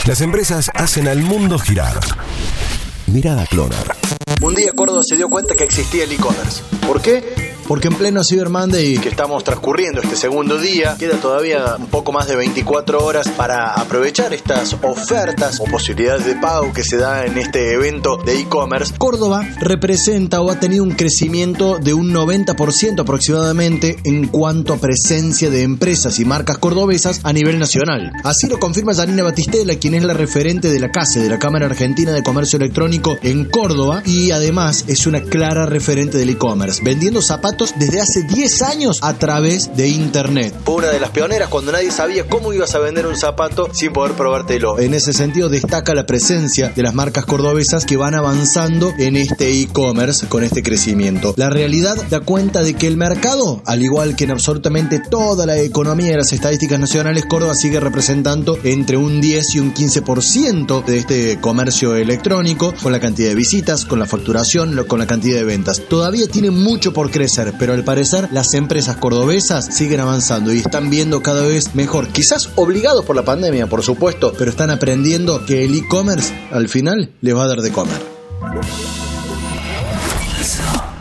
Las empresas hacen al mundo girar. Mirada Clonar. Un día Córdoba se dio cuenta que existía el e-commerce. ¿Por qué? Porque en pleno Cyber Monday que estamos transcurriendo este segundo día, queda todavía un poco más de 24 horas para aprovechar estas ofertas o posibilidades de pago que se da en este evento de e-commerce. Córdoba representa o ha tenido un crecimiento de un 90% aproximadamente en cuanto a presencia de empresas y marcas cordobesas a nivel nacional. Así lo confirma Janina Batistela, quien es la referente de la CACE, de la Cámara Argentina de Comercio Electrónico en Córdoba, y además es una clara referente del e-commerce, vendiendo zapatos desde hace 10 años a través de internet. Fue una de las pioneras cuando nadie sabía cómo ibas a vender un zapato sin poder probártelo. En ese sentido destaca la presencia de las marcas cordobesas que van avanzando en este e-commerce con este crecimiento. La realidad da cuenta de que el mercado, al igual que en absolutamente toda la economía y las estadísticas nacionales, Córdoba sigue representando entre un 10 y un 15% de este comercio electrónico, con la cantidad de visitas, con la facturación, con la cantidad de ventas. Todavía tiene mucho por crecer, pero al parecer las empresas cordobesas siguen avanzando y están viendo cada vez mejor, quizás obligados por la pandemia, por supuesto, pero están aprendiendo que el e-commerce al final les va a dar de comer.